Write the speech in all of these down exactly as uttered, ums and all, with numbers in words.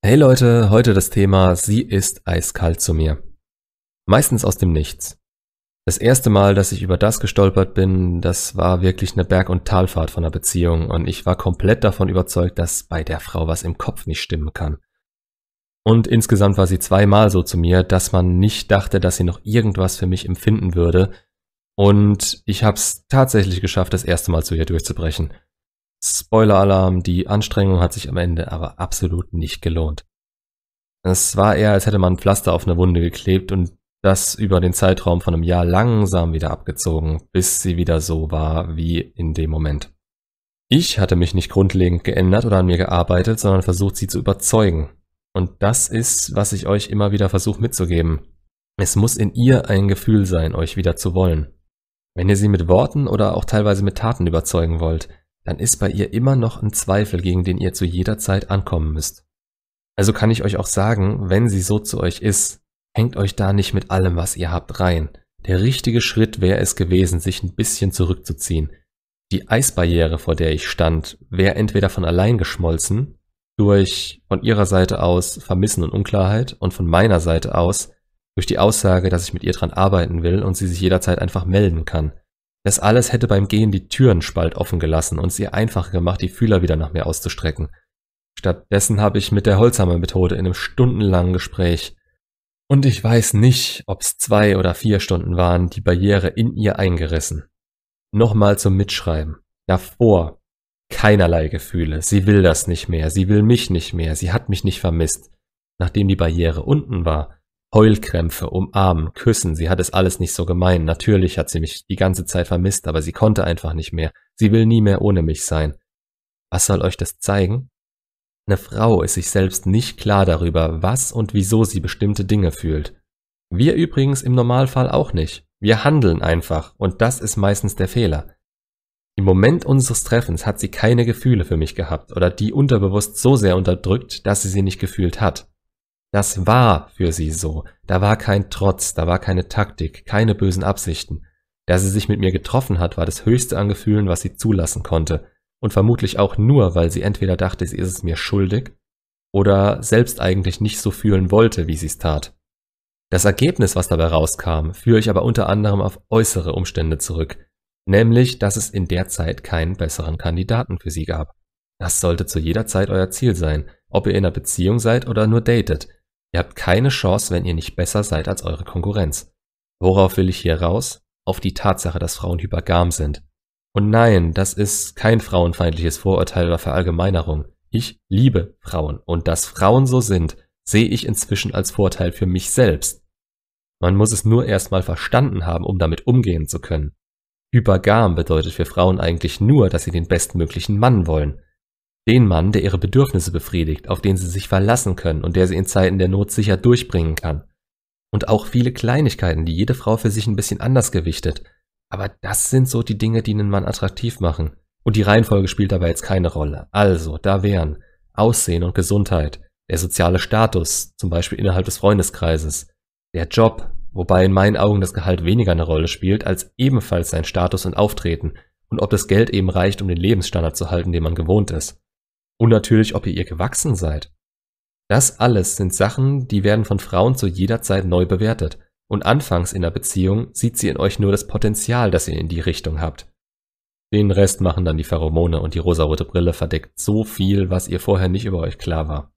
Hey Leute, heute das Thema: Sie ist eiskalt zu mir. Meistens aus dem Nichts. Das erste Mal, dass ich über das gestolpert bin, das war wirklich eine Berg- und Talfahrt von einer Beziehung und ich war komplett davon überzeugt, dass bei der Frau was im Kopf nicht stimmen kann. Und insgesamt war sie zweimal so zu mir, dass man nicht dachte, dass sie noch irgendwas für mich empfinden würde, und ich hab's tatsächlich geschafft, das erste Mal zu ihr durchzubrechen. Spoiler-Alarm, die Anstrengung hat sich am Ende aber absolut nicht gelohnt. Es war eher, als hätte man ein Pflaster auf eine Wunde geklebt und das über den Zeitraum von einem Jahr langsam wieder abgezogen, bis sie wieder so war wie in dem Moment. Ich hatte mich nicht grundlegend geändert oder an mir gearbeitet, sondern versucht, sie zu überzeugen. Und das ist, was ich euch immer wieder versuche mitzugeben. Es muss in ihr ein Gefühl sein, euch wieder zu wollen. Wenn ihr sie mit Worten oder auch teilweise mit Taten überzeugen wollt, dann ist bei ihr immer noch ein Zweifel, gegen den ihr zu jeder Zeit ankommen müsst. Also kann ich euch auch sagen, wenn sie so zu euch ist, hängt euch da nicht mit allem, was ihr habt, rein. Der richtige Schritt wäre es gewesen, sich ein bisschen zurückzuziehen. Die Eisbarriere, vor der ich stand, wäre entweder von allein geschmolzen, durch von ihrer Seite aus Vermissen und Unklarheit und von meiner Seite aus durch die Aussage, dass ich mit ihr dran arbeiten will und sie sich jederzeit einfach melden kann. Das alles hätte beim Gehen die Türen spalt offen gelassen und es ihr einfacher gemacht, die Fühler wieder nach mir auszustrecken. Stattdessen habe ich mit der Holzhammer-Methode in einem stundenlangen Gespräch, und ich weiß nicht, ob es zwei oder vier Stunden waren, die Barriere in ihr eingerissen. Nochmal zum Mitschreiben. Davor keinerlei Gefühle. Sie will das nicht mehr. Sie will mich nicht mehr. Sie hat mich nicht vermisst. Nachdem die Barriere unten war, Heulkrämpfe, umarmen, küssen. Sie hat es alles nicht so gemein. Natürlich hat sie mich die ganze Zeit vermisst, aber sie konnte einfach nicht mehr. Sie will nie mehr ohne mich sein. Was soll euch das zeigen? Eine Frau ist sich selbst nicht klar darüber, was und wieso sie bestimmte Dinge fühlt. Wir übrigens im Normalfall auch nicht. Wir handeln einfach, und das ist meistens der Fehler. Im Moment unseres Treffens hat sie keine Gefühle für mich gehabt oder die unterbewusst so sehr unterdrückt, dass sie sie nicht gefühlt hat. Das war für sie so. Da war kein Trotz, da war keine Taktik, keine bösen Absichten. Da sie sich mit mir getroffen hat, war das höchste an Gefühlen, was sie zulassen konnte. Und vermutlich auch nur, weil sie entweder dachte, sie ist es mir schuldig oder selbst eigentlich nicht so fühlen wollte, wie sie es tat. Das Ergebnis, was dabei rauskam, führe ich aber unter anderem auf äußere Umstände zurück, nämlich, dass es in der Zeit keinen besseren Kandidaten für sie gab. Das sollte zu jeder Zeit euer Ziel sein, ob ihr in einer Beziehung seid oder nur datet. Ihr habt keine Chance, wenn ihr nicht besser seid als eure Konkurrenz. Worauf will ich hier raus? Auf die Tatsache, dass Frauen hypergam sind. Und nein, das ist kein frauenfeindliches Vorurteil oder Verallgemeinerung. Ich liebe Frauen, und dass Frauen so sind, sehe ich inzwischen als Vorteil für mich selbst. Man muss es nur erstmal verstanden haben, um damit umgehen zu können. Hypergam bedeutet für Frauen eigentlich nur, dass sie den bestmöglichen Mann wollen. Den Mann, der ihre Bedürfnisse befriedigt, auf den sie sich verlassen können und der sie in Zeiten der Not sicher durchbringen kann. Und auch viele Kleinigkeiten, die jede Frau für sich ein bisschen anders gewichtet. Aber das sind so die Dinge, die einen Mann attraktiv machen. Und die Reihenfolge spielt dabei jetzt keine Rolle. Also, da wären Aussehen und Gesundheit, der soziale Status, zum Beispiel innerhalb des Freundeskreises, der Job, wobei in meinen Augen das Gehalt weniger eine Rolle spielt, als ebenfalls sein Status und Auftreten und ob das Geld eben reicht, um den Lebensstandard zu halten, den man gewohnt ist. Und natürlich, ob ihr ihr gewachsen seid. Das alles sind Sachen, die werden von Frauen zu jeder Zeit neu bewertet. Und anfangs in der Beziehung sieht sie in euch nur das Potenzial, das ihr in die Richtung habt. Den Rest machen dann die Pheromone, und die rosarote Brille verdeckt so viel, was ihr vorher nicht über euch klar war.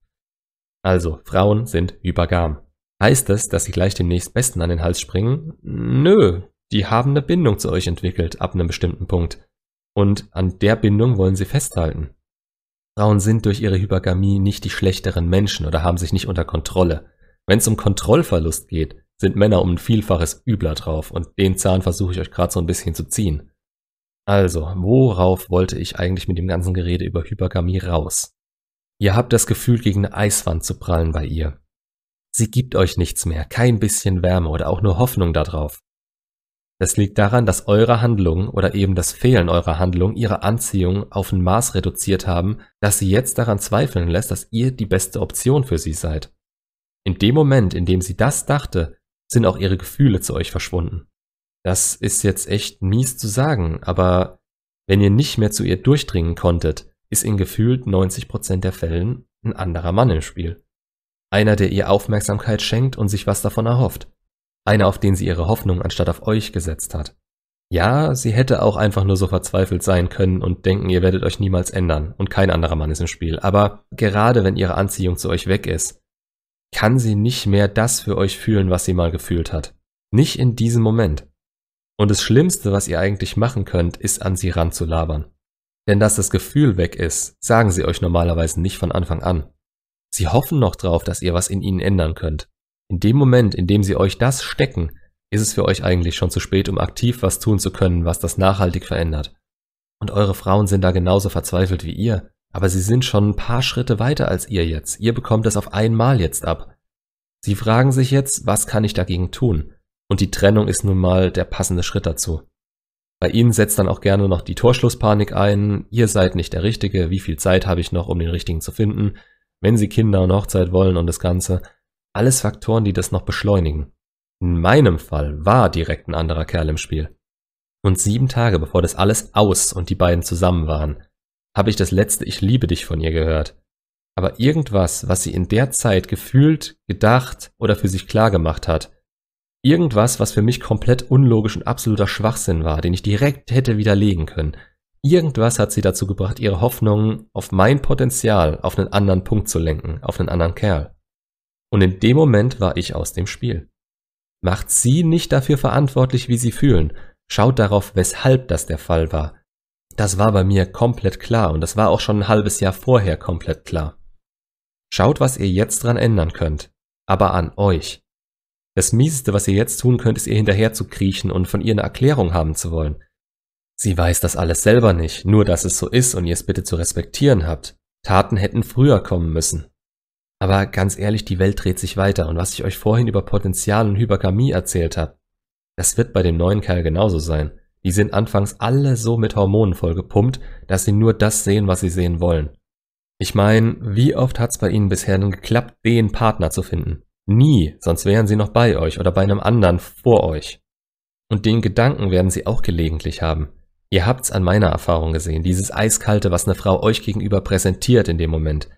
Also, Frauen sind hypergam. Heißt es, dass sie gleich dem nächstbesten an den Hals springen? Nö, die haben eine Bindung zu euch entwickelt, ab einem bestimmten Punkt. Und an der Bindung wollen sie festhalten. Frauen sind durch ihre Hypergamie nicht die schlechteren Menschen oder haben sich nicht unter Kontrolle. Wenn es um Kontrollverlust geht, sind Männer um ein Vielfaches übler drauf, und den Zahn versuche ich euch gerade so ein bisschen zu ziehen. Also, worauf wollte ich eigentlich mit dem ganzen Gerede über Hypergamie raus? Ihr habt das Gefühl, gegen eine Eiswand zu prallen bei ihr. Sie gibt euch nichts mehr, kein bisschen Wärme oder auch nur Hoffnung darauf. Das liegt daran, dass eure Handlungen oder eben das Fehlen eurer Handlung ihre Anziehung auf ein Maß reduziert haben, dass sie jetzt daran zweifeln lässt, dass ihr die beste Option für sie seid. In dem Moment, in dem sie das dachte, sind auch ihre Gefühle zu euch verschwunden. Das ist jetzt echt mies zu sagen, aber wenn ihr nicht mehr zu ihr durchdringen konntet, ist in gefühlt neunzig Prozent der Fällen ein anderer Mann im Spiel. Einer, der ihr Aufmerksamkeit schenkt und sich was davon erhofft. Einer, auf den sie ihre Hoffnung anstatt auf euch gesetzt hat. Ja, sie hätte auch einfach nur so verzweifelt sein können und denken, ihr werdet euch niemals ändern und kein anderer Mann ist im Spiel. Aber gerade wenn ihre Anziehung zu euch weg ist, kann sie nicht mehr das für euch fühlen, was sie mal gefühlt hat. Nicht in diesem Moment. Und das Schlimmste, was ihr eigentlich machen könnt, ist an sie ranzulabern. Denn dass das Gefühl weg ist, sagen sie euch normalerweise nicht von Anfang an. Sie hoffen noch drauf, dass ihr was in ihnen ändern könnt. In dem Moment, in dem sie euch das stecken, ist es für euch eigentlich schon zu spät, um aktiv was tun zu können, was das nachhaltig verändert. Und eure Frauen sind da genauso verzweifelt wie ihr, aber sie sind schon ein paar Schritte weiter als ihr jetzt. Ihr bekommt es auf einmal jetzt ab. Sie fragen sich jetzt, was kann ich dagegen tun? Und die Trennung ist nun mal der passende Schritt dazu. Bei ihnen setzt dann auch gerne noch die Torschlusspanik ein. Ihr seid nicht der Richtige. Wie viel Zeit habe ich noch, um den Richtigen zu finden? Wenn sie Kinder und Hochzeit wollen und das Ganze. Alles Faktoren, die das noch beschleunigen. In meinem Fall war direkt ein anderer Kerl im Spiel. Und sieben Tage bevor das alles aus und die beiden zusammen waren, habe ich das letzte Ich liebe dich von ihr gehört. Aber irgendwas, was sie in der Zeit gefühlt, gedacht oder für sich klar gemacht hat, irgendwas, was für mich komplett unlogisch und absoluter Schwachsinn war, den ich direkt hätte widerlegen können, irgendwas hat sie dazu gebracht, ihre Hoffnungen auf mein Potenzial auf einen anderen Punkt zu lenken, auf einen anderen Kerl. Und in dem Moment war ich aus dem Spiel. Macht sie nicht dafür verantwortlich, wie sie fühlen. Schaut darauf, weshalb das der Fall war. Das war bei mir komplett klar und das war auch schon ein halbes Jahr vorher komplett klar. Schaut, was ihr jetzt dran ändern könnt, aber an euch. Das Mieseste, was ihr jetzt tun könnt, ist ihr hinterher zu kriechen und von ihr eine Erklärung haben zu wollen. Sie weiß das alles selber nicht, nur dass es so ist und ihr es bitte zu respektieren habt. Taten hätten früher kommen müssen. Aber ganz ehrlich, die Welt dreht sich weiter und was ich euch vorhin über Potenzial und Hypergamie erzählt habe, das wird bei dem neuen Kerl genauso sein. Die sind anfangs alle so mit Hormonen vollgepumpt, dass sie nur das sehen, was sie sehen wollen. Ich meine, wie oft hat's bei ihnen bisher denn geklappt, den Partner zu finden? Nie, sonst wären sie noch bei euch oder bei einem anderen vor euch. Und den Gedanken werden sie auch gelegentlich haben. Ihr habt's an meiner Erfahrung gesehen, dieses Eiskalte, was eine Frau euch gegenüber präsentiert in dem Moment.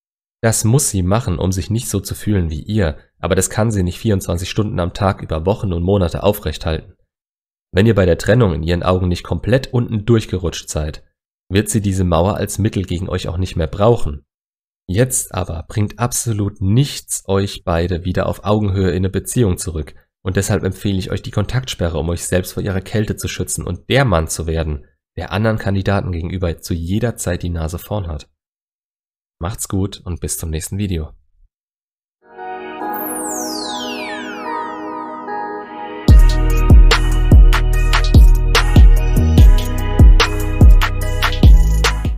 Das muss sie machen, um sich nicht so zu fühlen wie ihr, aber das kann sie nicht vierundzwanzig Stunden am Tag über Wochen und Monate aufrechthalten. Wenn ihr bei der Trennung in ihren Augen nicht komplett unten durchgerutscht seid, wird sie diese Mauer als Mittel gegen euch auch nicht mehr brauchen. Jetzt aber bringt absolut nichts euch beide wieder auf Augenhöhe in eine Beziehung zurück und deshalb empfehle ich euch die Kontaktsperre, um euch selbst vor ihrer Kälte zu schützen und der Mann zu werden, der anderen Kandidaten gegenüber zu jeder Zeit die Nase vorn hat. Macht's gut und bis zum nächsten Video.